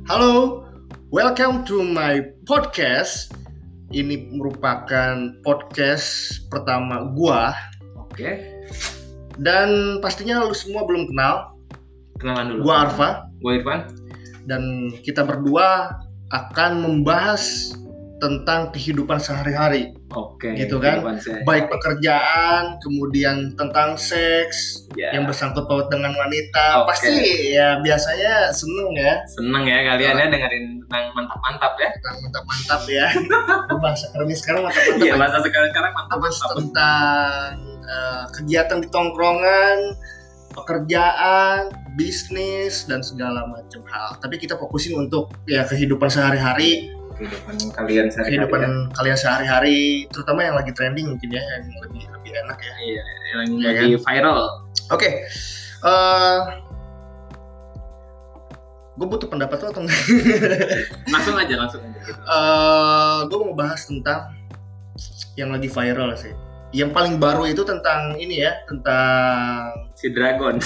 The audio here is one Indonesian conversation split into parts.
Halo, welcome to my podcast. Ini merupakan podcast pertama gua. Oke. Dan pastinya lu semua belum kenal. Kenalan dulu. Gua Arfa. Gua Irfan. Dan kita berdua akan membahas tentang kehidupan sehari-hari. Oke. Gitu kan? Baik pekerjaan, kemudian tentang seks, yang bersangkut paut dengan wanita. Pasti ya biasanya seneng ya. Seneng ya kalian ya dengerin tentang mantap-mantap ya. Tentang mantap-mantap ya. Bahasa kerennya sekarang mantap-mantap. Iya, bahasa sekarang mantap-mantap. Tentang kegiatan di tongkrongan, pekerjaan, bisnis dan segala macam hal. Tapi kita fokusin untuk ya kehidupan sehari-hari. Kehidupan kalian sehari-hari, terutama yang lagi trending mungkin ya, yang lebih enak ya. Iya, yang lagi viral. Oke. Gue butuh pendapat lo atau enggak? Langsung aja gitu. Gue mau bahas tentang yang lagi viral sih. Yang paling baru itu tentang ini ya, tentang si Dragon.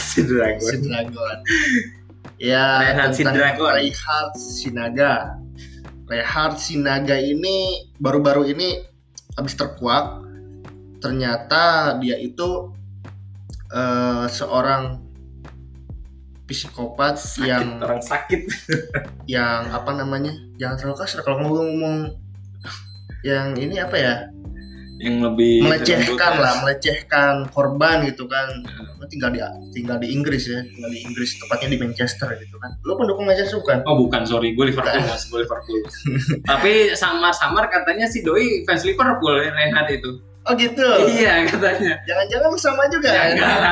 Ya, Reinhard Sinaga. Reinhard Sinaga ini baru-baru ini habis terkuak. Ternyata dia itu seorang psikopat orang sakit. Yang apa namanya? Jangan terlalu kasar kalau ngomong yang ini apa ya? Yang lebih melecehkan korban gitu kan. Tinggal di Inggris ya, tinggal di Inggris, tepatnya di Manchester gitu kan. Lu pendukung Manchester bukan? Oh bukan, sorry, gue Liverpool. Tapi samar katanya si Doi fans Liverpool Reinhard itu. Oh gitu? Iya katanya. Jangan-jangan sama juga ya?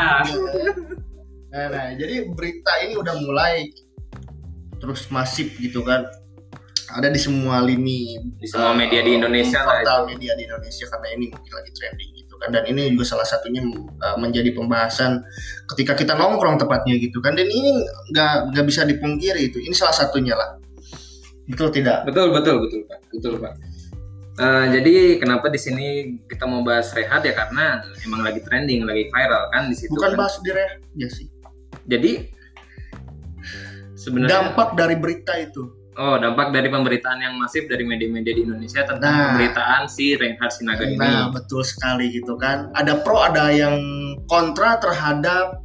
Nah, jadi berita ini udah mulai terus masif gitu kan. Ada di semua lini, di semua media di Indonesia portal media di Indonesia, karena ini mungkin lagi trending gitu kan. Dan ini juga salah satunya menjadi pembahasan ketika kita nongkrong tepatnya gitu kan. Dan ini nggak bisa dipungkiri itu. Ini salah satunya lah. Betul tidak? Betul Pak. Jadi kenapa di sini kita mau bahas Reinhard ya, karena emang lagi trending, lagi viral kan di situ. Bukan kan? Bahas di Reinhard ya sih. Jadi sebenarnya dampak dari berita itu. Oh, dampak dari pemberitaan yang masif dari media-media di Indonesia tentang pemberitaan si Reinhard Sinaga ini. Nah, betul sekali gitu kan. Ada pro, ada yang kontra terhadap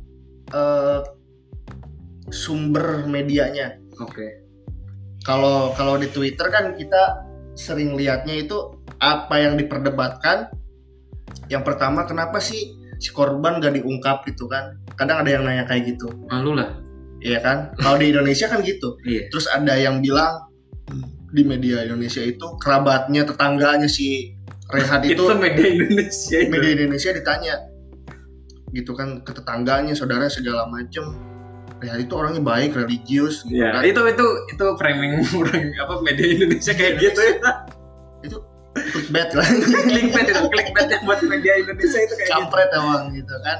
sumber medianya. Oke. Kalau di Twitter kan kita sering lihatnya itu apa yang diperdebatkan. Yang pertama, kenapa sih si korban gak diungkap gitu kan? Kadang ada yang nanya kayak gitu. Malu lah. Iya kan? Kalau di Indonesia kan gitu. Iya. Terus ada yang bilang di media Indonesia itu kerabatnya, tetangganya si Reinhard itu media Indonesia. Media Indonesia ditanya gitu kan ke tetangganya, saudara segala macem. Reinhard itu orangnya baik, religius gitu ya, kan. Itu framing orang media Indonesia kayak gitu ya. Itu clickbait lah. clickbait yang buat media Indonesia itu kayak kampret gitu. Emang gitu kan.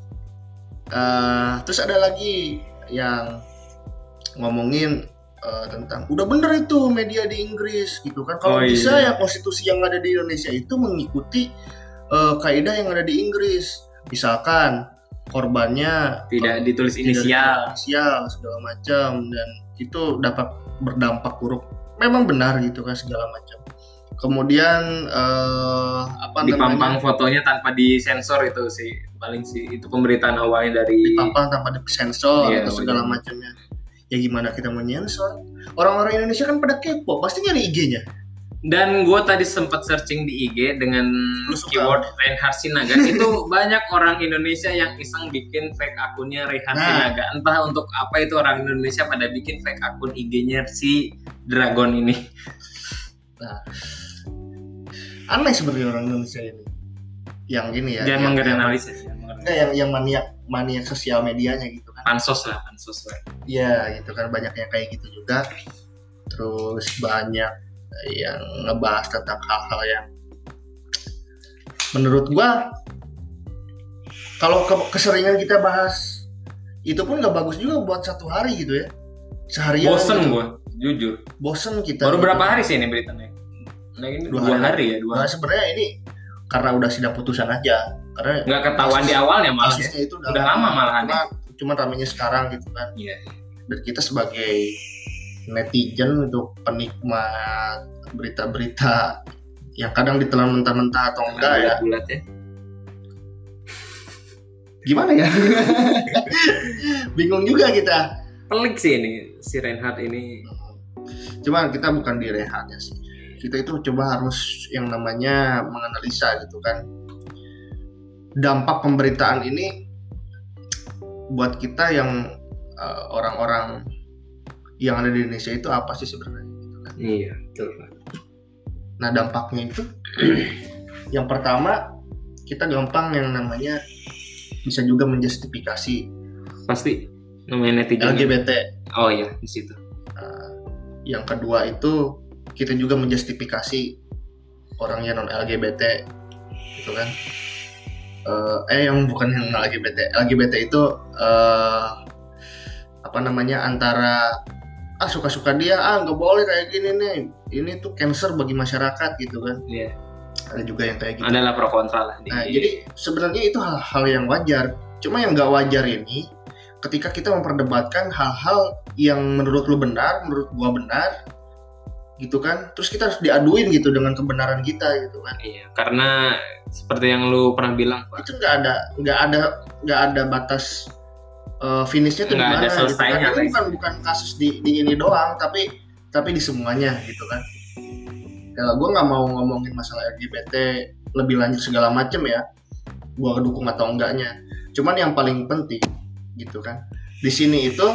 Terus ada lagi yang ngomongin tentang udah bener itu media di Inggris gitu kan. Kalau bisa ya konstitusi yang ada di Indonesia itu mengikuti kaidah yang ada di Inggris. Misalkan korbannya tidak ditulis inisial segala macam, dan itu dapat berdampak buruk. Memang benar gitu kan segala macam. Kemudian dipampang fotonya tanpa disensor itu sih paling sih itu pemberitaan awalnya dari dipampang tanpa disensor atau segala macamnya. Ya gimana kita menyensor? Orang-orang Indonesia kan pada kepo, pasti nyari IG-nya. Dan gue tadi sempat searching di IG dengan keyword Reinhard Sinaga. Itu banyak orang Indonesia yang iseng bikin fake akunnya Reinhard Sinaga. Entah untuk apa itu orang Indonesia pada bikin fake akun IG-nya si Dragon ini. Nah, aneh sebenarnya orang Indonesia ini. Yang ini ya. Jangan menganalisis. Yang maniak sosial medianya gitu kan. Pansos lah. Iya, gitu kan, banyak yang kayak gitu juga. Terus banyak yang ngebahas tentang hal-hal yang menurut gua kalau keseringan kita bahas itu pun nggak bagus juga buat satu hari gitu ya. Seharian. Bosen gitu. Gua, jujur. Bosen kita. Baru berapa hari sih ini beritanya? Nah, ini 2 hari ya. Nah, sebenarnya ini karena udah sidang putusan aja. Karena nggak ketahuan di awalnya malah ya. Itu udah lama malahan. Cuma ramenya sekarang gitu kan. Iya. Dan kita sebagai netizen, untuk penikmat berita-berita yang kadang ditelan mentah-mentah atau enggak ya. Bulat ya. Gimana ya? Bingung juga kita. Pelik sih ini si Reinhardt ini. Cuma kita bukan di Reinhardt ya sih. Kita itu coba harus yang namanya menganalisa gitu kan. Dampak pemberitaan ini buat kita yang orang-orang yang ada di Indonesia itu apa sih sebenarnya gitu kan. Iya, betul Pak. Nah, dampaknya itu yang pertama, kita gampang yang namanya bisa juga menjustifikasi pasti namanya netizen LGBT. Oh iya, di situ. Yang kedua itu kita juga menjustifikasi orang yang non LGBT gitu kan. Yang bukan yang non LGBT. LGBT itu apa namanya, antara suka-suka dia, nggak boleh kayak gini nih, ini tuh cancer bagi masyarakat gitu kan. Iya. Ada juga yang kayak gitu. Adalah pro kontra lah. Nah, jadi sebenarnya itu hal-hal yang wajar. Cuma yang nggak wajar ini ketika kita memperdebatkan hal-hal yang menurut lu benar, menurut gua benar, gitu kan. Terus kita harus diaduin gitu dengan kebenaran kita gitu kan. Iya, karena seperti yang lu pernah bilang, Pak. Itu nggak ada batas finishnya tuh nggak gimana ada selesainya gitu kan. Bukan kasus di ini doang, tapi di semuanya gitu kan. Kalau gue nggak mau ngomongin masalah LGBT lebih lanjut segala macem ya, gue dukung atau enggaknya. Cuman yang paling penting gitu kan, di sini itu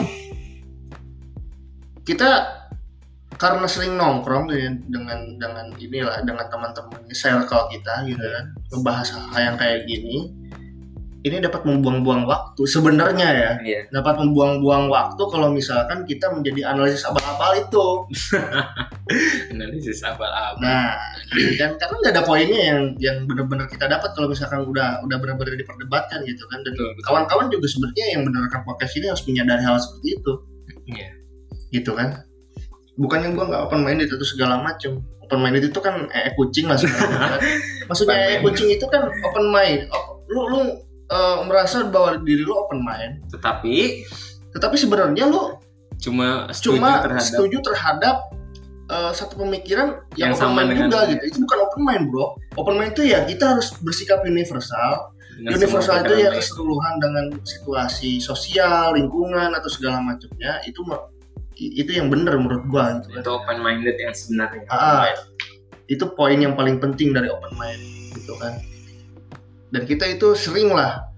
kita karena sering nongkrong dengan inilah, dengan teman-teman circle kita gitu kan, membahas hal yang kayak gini. Ini dapat membuang-buang waktu sebenarnya ya. Iya. Dapat membuang-buang waktu kalau misalkan kita menjadi analisis abal-abal itu. Analisis abal-abal. Nah, kan karena nggak ada poinnya yang benar-benar kita dapat kalau misalkan udah benar-benar diperdebatkan gitu kan. Dan betul. Kawan-kawan juga sebenarnya yang mendengarkan podcast ini harus menyadari hal seperti itu. Iya. Gitu kan. Bukannya gue nggak open minded itu segala macam. Open minded itu kan kucing lah sebenarnya. Maksudnya kucing itu kan open mind. Lu merasa bahwa diri lu open mind, tetapi sebenarnya lu cuma setuju terhadap satu pemikiran yang open mind juga gitu. Itu bukan open mind, bro. Open mind itu ya kita harus bersikap universal. Universal itu ya keseluruhan dengan situasi sosial, lingkungan atau segala macamnya. Itu yang benar menurut gua gitu. Itu open minded yang sebenarnya. Itu poin yang paling penting dari open mind gitu kan. Dan kita itu sering lah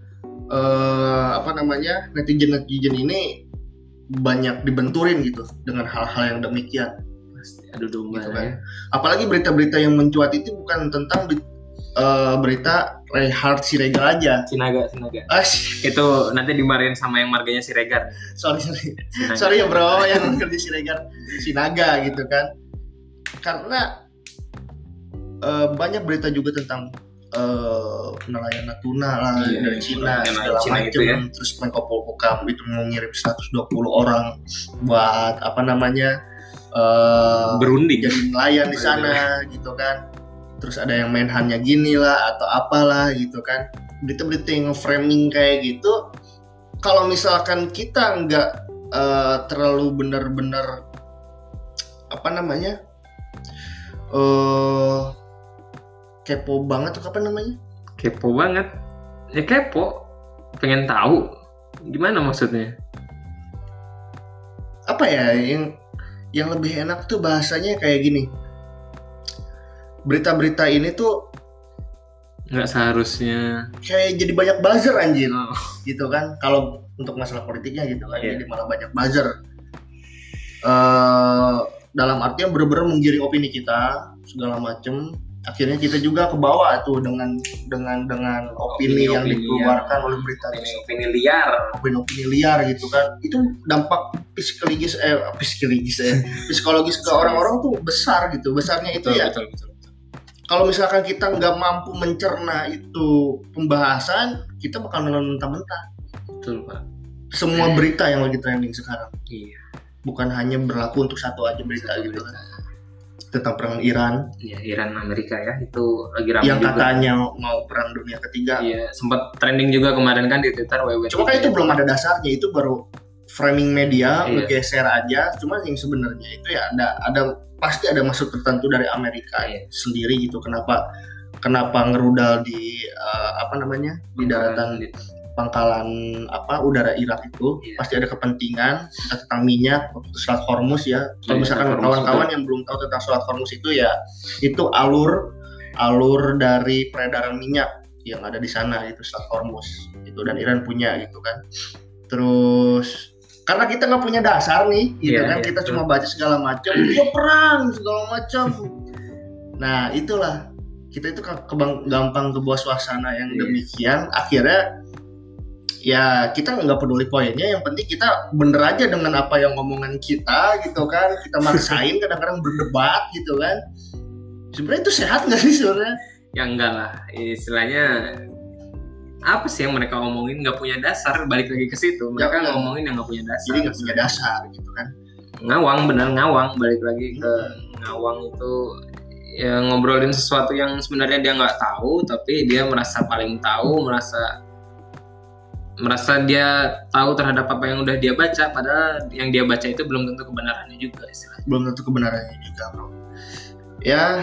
netizen ini banyak dibenturin gitu dengan hal-hal yang demikian. Pasti adu domba gitu kan. Apalagi berita-berita yang mencuat itu bukan tentang berita Reinhardt Siregar aja. Sinaga. Itu nanti dimarahin sama yang marganya Siregar. Sorry ya bro, yang kerja Siregar Sinaga gitu kan. Karena banyak berita juga tentang nelayan natuna lah dari Cina segala macam ya. Terus Menko Polhukam itu mau ngirim 120 orang buat berunding jadi nelayan di sana gitu kan. Terus ada yang menhannya gini lah atau apalah gitu kan. Berita-berita yang framing kayak gitu, kalau misalkan kita nggak terlalu benar-benar kepo banget atau kepo banget ya, kepo pengen tahu gimana maksudnya, apa ya yang lebih enak tuh bahasanya kayak gini, berita-berita ini tuh nggak seharusnya kayak jadi banyak buzzer anjir gitu kan. Kalau untuk masalah politiknya gitu kan, jadi malah banyak buzzer dalam artian bener-bener menggiring opini kita segala macem. Akhirnya kita juga ke bawah tuh dengan opini yang dikeluarkan oleh berita opini liar gitu kan. Itu dampak psikologis ke orang-orang tuh besar gitu. Besarnya itu betul. Kalau misalkan kita nggak mampu mencerna itu pembahasan, kita bakal nonton mentah-mentah. Betul Pak. Semua berita yang lagi trending sekarang. Iya. Bukan hanya berlaku untuk satu aja berita gitu kan. Tentang perang Iran. Iya, Iran Amerika ya, itu lagi ramai yang juga. Katanya mau perang dunia ketiga. Iya, sempat trending juga kemarin kan di Twitter. Cuma kan itu belum ada dasarnya, itu baru framing media, ngegeser aja. Cuma yang sebenarnya itu ya ada pasti ada maksud tertentu dari Amerika sendiri gitu. Kenapa ngerudal di di daratan pangkalan udara Irak itu pasti ada kepentingan tentang minyak waktu Selat Hormuz ya. Kalau misalkan kawan-kawan yang belum tahu tentang Selat Hormuz itu ya itu alur dari peredaran minyak yang ada di sana itu Selat Hormuz itu, dan Iran punya gitu kan. Terus karena kita nggak punya dasar nih gitu kan, kita cuma baca segala macam, perang segala macam. Nah itulah kita itu gampang kebawa suasana yang demikian, akhirnya ya kita nggak peduli poinnya, yang penting kita bener aja dengan apa yang ngomongan kita gitu kan. Kita maksain kadang-kadang berdebat gitu kan. Sebenarnya itu sehat nggak sih sebenarnya? Ya enggak lah, istilahnya apa sih yang mereka ngomongin nggak punya dasar, balik lagi ke situ. Mereka ngomongin yang nggak punya dasar. Jadi nggak punya dasar gitu kan. Ngawang, balik lagi ke ngawang itu ya, ngobrolin sesuatu yang sebenarnya dia nggak tahu, tapi dia merasa paling tahu, merasa dia tahu terhadap apa yang udah dia baca, padahal yang dia baca itu belum tentu kebenarannya juga istilahnya. Belum tentu kebenarannya juga, bro. Ya,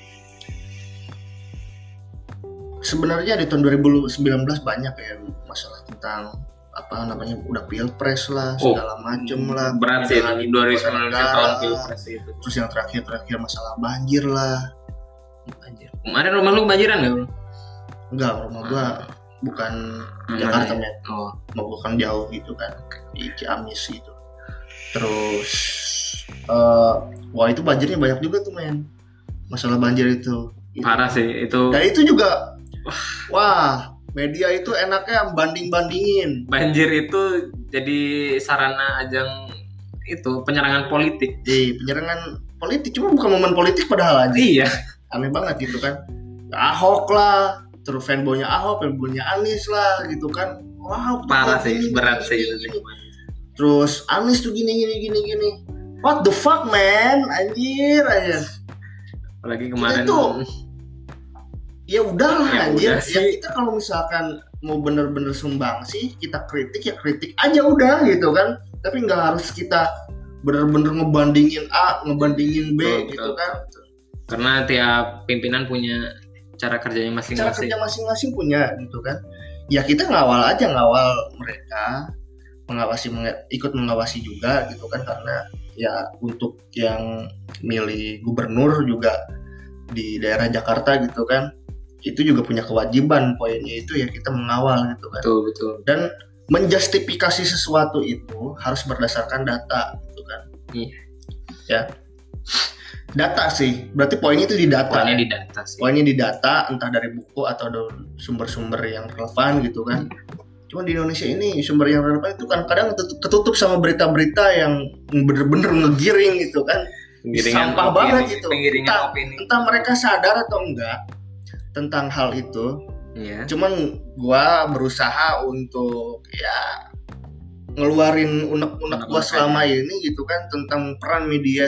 sebenarnya di tahun 2019 banyak ya masalah tentang udah pilpres lah, segala macem lah. Berat sih itu 2019 tahun pilpres itu. Terus yang terakhir masalah banjir lah. Banjir. Kemarin rumah lu banjiran nggak, bro? Enggak, rumah gua bukan Jakarta men. Bukan jauh gitu kan, di Ciamis gitu. Terus itu banjirnya banyak juga tuh men. Masalah banjir itu parah sih itu. Dan itu juga media itu enaknya banding-bandingin. Banjir itu jadi sarana ajang itu penyerangan politik. Penyerangan politik, cuma bukan momen politik padahal aja. Iya. Aneh banget gitu kan. Ahok lah, terus fanboynya Ahok, fanboynya Anies lah gitu kan. Parah sih, berat sih itu sih. Terus Anies tuh gini. What the fuck man, anjir. Apalagi kemarin itu ya udahlah anjir. Ya kita kalau misalkan mau bener-bener sumbang sih, kita kritik aja udah gitu kan. Tapi nggak harus kita bener-bener ngebandingin A, ngebandingin B gitu kan. Karena tiap pimpinan punya cara kerjanya masing-masing. Cara kerja masing-masing punya gitu kan. Ya kita ngawal mereka, ikut mengawasi juga gitu kan, karena ya untuk yang milih gubernur juga di daerah Jakarta gitu kan, itu juga punya kewajiban, poinnya itu ya kita mengawal gitu kan. Betul. Dan menjustifikasi sesuatu itu harus berdasarkan data gitu kan. Iya. Ya. Data sih, berarti poinnya itu di data. Poinnya di data, entah dari buku atau dari sumber-sumber yang relevan gitu kan. Cuma di Indonesia ini sumber yang relevan itu kan kadang ketutup sama berita-berita yang bener-bener ngegiring gitu kan. Sampah banget gitu. Entah mereka sadar atau enggak tentang hal itu. Yeah. Cuman gua berusaha untuk ya ngeluarin unek-unek gua selama ini gitu kan tentang peran media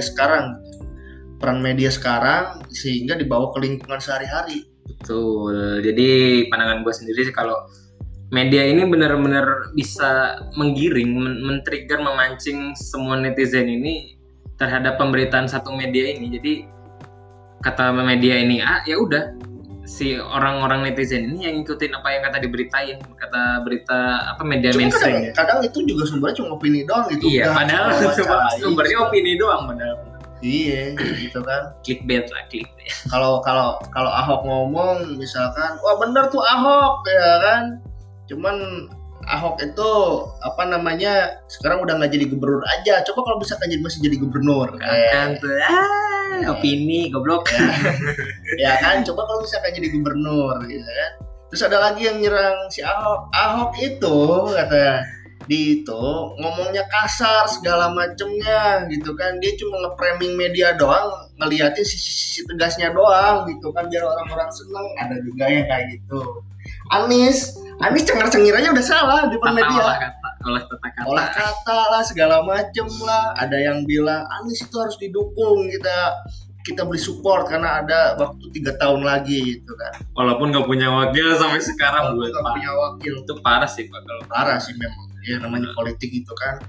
sekarang sehingga dibawa ke lingkungan sehari-hari. Betul. Jadi pandangan gua sendiri sih kalau media ini benar-benar bisa menggiring, men-trigger, memancing semua netizen ini terhadap pemberitaan satu media ini. Jadi kata media ini ya udah, si orang-orang netizen ini yang ngikutin apa yang kata diberitain, kata berita media mainstream. Kadang itu juga sumbernya cuma opini doang gitu. Iya, padahal sumbernya opini doang benar. Iya, gitu kan. Clickbait. Kalau Ahok ngomong misalkan, wah bener tuh Ahok ya kan. Cuman Ahok itu sekarang udah nggak jadi gubernur aja. Coba kalau bisa masih jadi gubernur. Kan tuh opini goblok. Ya kan, coba kalau misalkan jadi gubernur gitu kan. Terus ada lagi yang nyerang si Ahok. Ahok itu kata itu ngomongnya kasar segala macemnya gitu kan. Dia cuma nge-framing media doang, ngeliatin sisi tegasnya doang gitu kan biar orang-orang seneng. Ada juga yang kayak gitu. Anies cengar-cengir aja udah salah di media. Olah kata lah segala macem lah. Ada yang bilang Anies itu harus didukung, kita beri support karena ada waktu 3 tahun lagi gitu kan. Walaupun nggak punya wakil sampai sekarang nggak punya wakil. Itu parah sih Pak. Parah sih memang. Ya namanya politik gitu kan.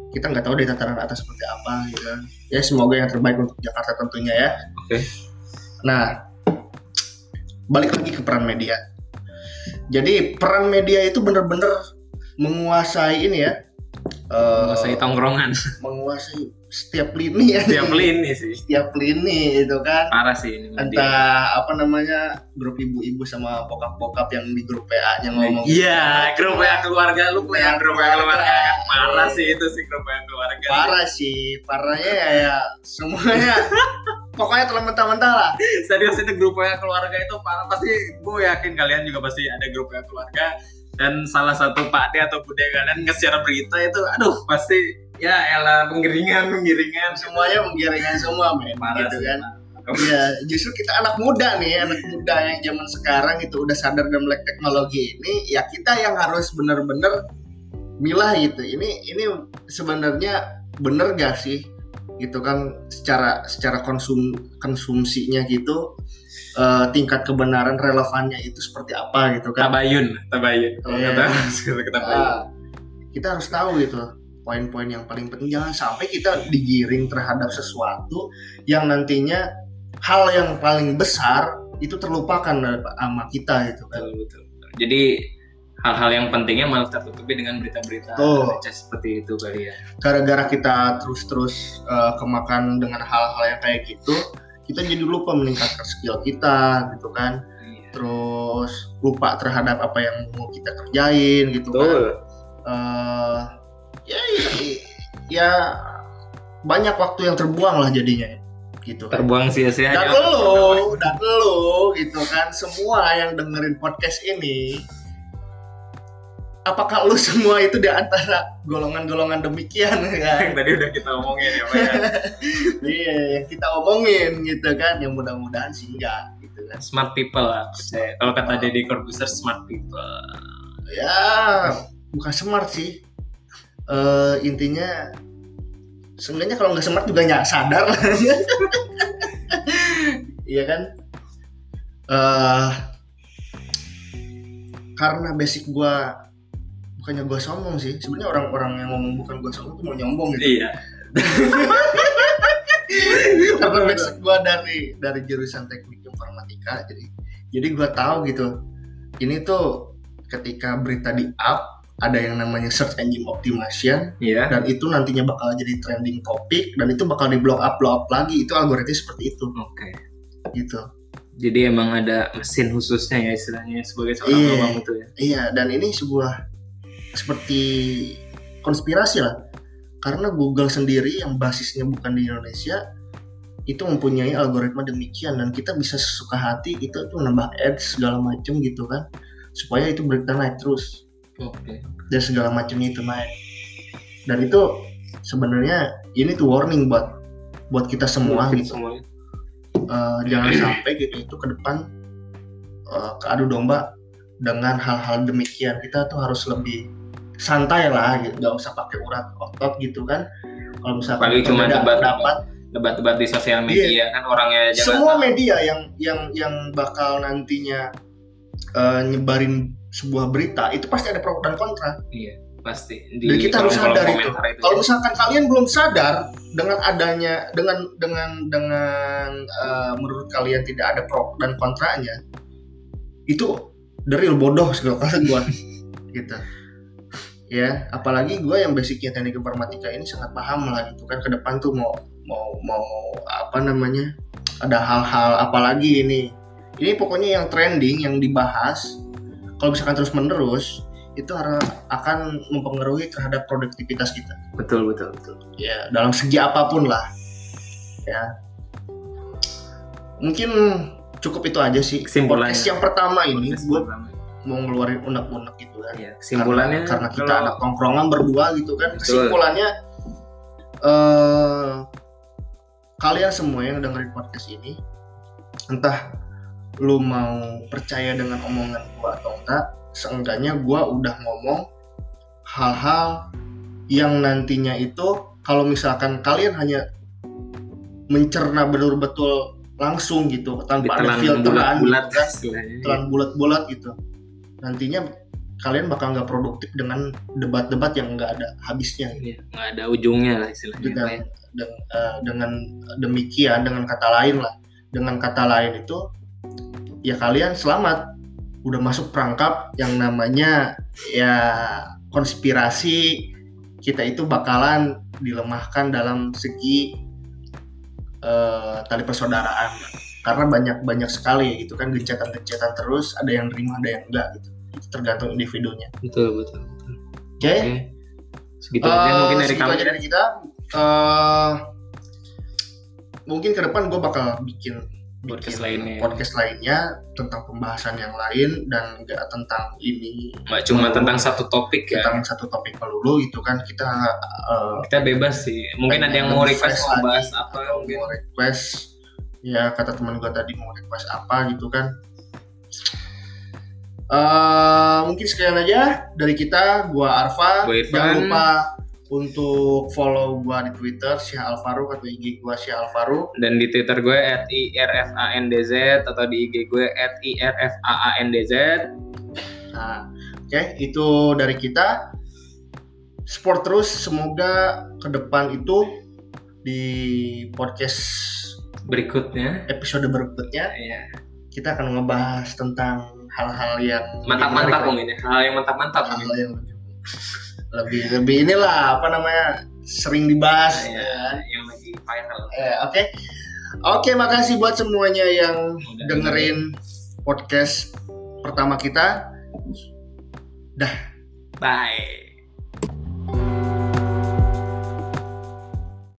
kita nggak tahu di tataran atas seperti apa gitu kan. Ya semoga yang terbaik untuk Jakarta tentunya ya. Oke. Nah, balik lagi ke peran media. Jadi peran media itu benar-benar menguasai ini ya. Menguasai tongkrongan. Menguasai setiap lini ya. Setiap lini sih. Setiap lini itu kan. Parah sih ini. Entah apa namanya, grup ibu-ibu sama bokap-bokap yang di grup PA-nya ngomong. Iya, grup PA keluarga lu yang grup PA keluarga. Parah sih itu sih grup PA keluarga. Parah sih, parahnya ya semuanya. Pokoknya telah mentah-mentah lah. Serius itu grup PA keluarga itu parah. Pasti gue yakin kalian juga pasti ada grup PA keluarga. Dan salah satu Pak D atau Bude kalian nge-share berita itu, aduh pasti ya elah penggiringan semuanya penggiringan semua men, gitu kan. Ya justru kita anak muda yang zaman sekarang itu udah sadar dan melek teknologi ini, ya kita yang harus benar-benar milah gitu. Ini sebenarnya bener gak sih gitu kan, secara konsumsinya gitu, tingkat kebenaran relevannya itu seperti apa gitu kan. Tabayun Kita harus tahu gitu poin-poin yang paling penting. Jangan sampai kita digiring terhadap sesuatu yang nantinya hal yang paling besar itu terlupakan sama kita gitu kan. Betul. Jadi hal-hal yang pentingnya malah tertutupi dengan berita-berita seperti itu kali ya. Gara-gara kita terus kemakan dengan hal-hal yang kayak gitu, kita jadi lupa meningkatkan skill kita gitu kan. Terus lupa terhadap apa yang mau kita kerjain gitu kan. Ya banyak waktu yang terbuang lah jadinya gitu kan. Terbuang sia-sia. Dan lo gitu kan, semua yang dengerin podcast ini, apakah lu semua itu di antara golongan-golongan demikian kan? Yang tadi udah kita omongin ya Pak ya. Iya, yang kita omongin gitu kan. Yang mudah-mudahan sih enggak gitu kan. Smart people lah. Kalau kata Deddy Corbuzier, smart people. Ya, bukan smart sih. Intinya seenggaknya kalau nggak smart juga nggak sadar. Iya kan? Karena basic gua bukannya gue sombong sih, sebenarnya orang-orang yang ngomong bukan gue sombong tuh mau nyombong gitu. Iya. Karena basic gue dari jurusan teknik informatika, jadi gue tahu gitu. Ini tuh ketika berita di up, ada yang namanya search engine optimization, dan itu nantinya bakal jadi trending topik, dan itu bakal di blow up lagi. Itu algoritma seperti itu. Oke. Gitu. Jadi emang ada mesin khususnya ya istilahnya sebagai seorang ngomong itu ya. Iya, dan ini seperti konspirasi lah, karena Google sendiri yang basisnya bukan di Indonesia itu mempunyai algoritma demikian, dan kita bisa sesuka hati itu nambah ads segala macam gitu kan, supaya itu berita naik terus. Dan segala macamnya itu naik, dan itu sebenarnya ini tuh warning buat kita semua gitu. Jangan sampai gitu itu ke depan keadu domba dengan hal-hal demikian. Kita tuh harus lebih santai lah gitu, nggak usah pakai urat otot gitu kan. Kalau misalkan apalagi cuma debat di sosial media kan orangnya semua media yang bakal nantinya nyebarin sebuah berita itu pasti ada pro dan kontra. Iya, pasti. Dan kita harus sadar itu. Kalau misalkan kalian belum sadar dengan adanya dengan menurut kalian tidak ada pro dan kontranya, itu the real bodoh segala kata gue gitu. Ya, apalagi gue yang basicnya teknik informatika ini sangat paham lah gitu kan, ke depan tuh mau apa namanya, ada hal-hal apalagi ini pokoknya yang trending, yang dibahas kalau misalkan terus menerus itu akan mempengaruhi terhadap produktivitas kita. Betul. Ya, dalam segi apapun lah. Ya. Mungkin cukup itu aja sih. Podcast yang pertama ini gue mau ngeluarin unek-unek gitu kan. Ya, kesimpulannya karena kita ada tongkrongan berdua gitu kan. Kesimpulannya kalian semua yang dengerin podcast ini, entah lu mau percaya dengan omongan gua atau enggak, seenggaknya gua udah ngomong hal-hal yang nantinya itu kalau misalkan kalian hanya mencerna betul-betul langsung gitu tanpa ada filteran gitu kan, telan bulat-bulat gitu, nantinya kalian bakal nggak produktif dengan debat-debat yang nggak ada habisnya. Nggak ada ujungnya lah istilahnya. Dengan demikian, dengan kata lain itu ya kalian selamat, udah masuk perangkap yang namanya ya konspirasi. Kita itu bakalan dilemahkan dalam segi tali persaudaraan, karena banyak sekali gitu kan, gencatan terus, ada yang terima ada yang enggak gitu, itu tergantung individunya. Betul. Oke. Segitu aja mungkin dari kita. Mungkin ke depan gue bakal bikin podcast lainnya tentang pembahasan yang lain, dan nggak tentang ini, nggak cuma tentang satu topik ya, tentang satu topik melulu gitu kan. Kita bebas sih, mungkin ada yang mau request mau bahas apa, mau request ya, kata teman gue tadi mau request apa gitu kan. Mungkin sekian aja dari kita. Gua Arfa, jangan lupa untuk follow gue di Twitter Syah Alfaruk, atau IG gue Syah Alfaruk, dan di Twitter gue @irfandz, atau di IG gue @irfandz. Nah, oke, itu dari kita. Support terus, semoga ke depan itu di podcast episode berikutnya kita akan ngebahas tentang hal-hal yang mantap mungkin ya, hal yang mantap yang lebih inilah apa namanya, sering dibahas yang lagi viral. Oke, makasih buat semuanya yang dengerin podcast pertama kita. Dah. Bye.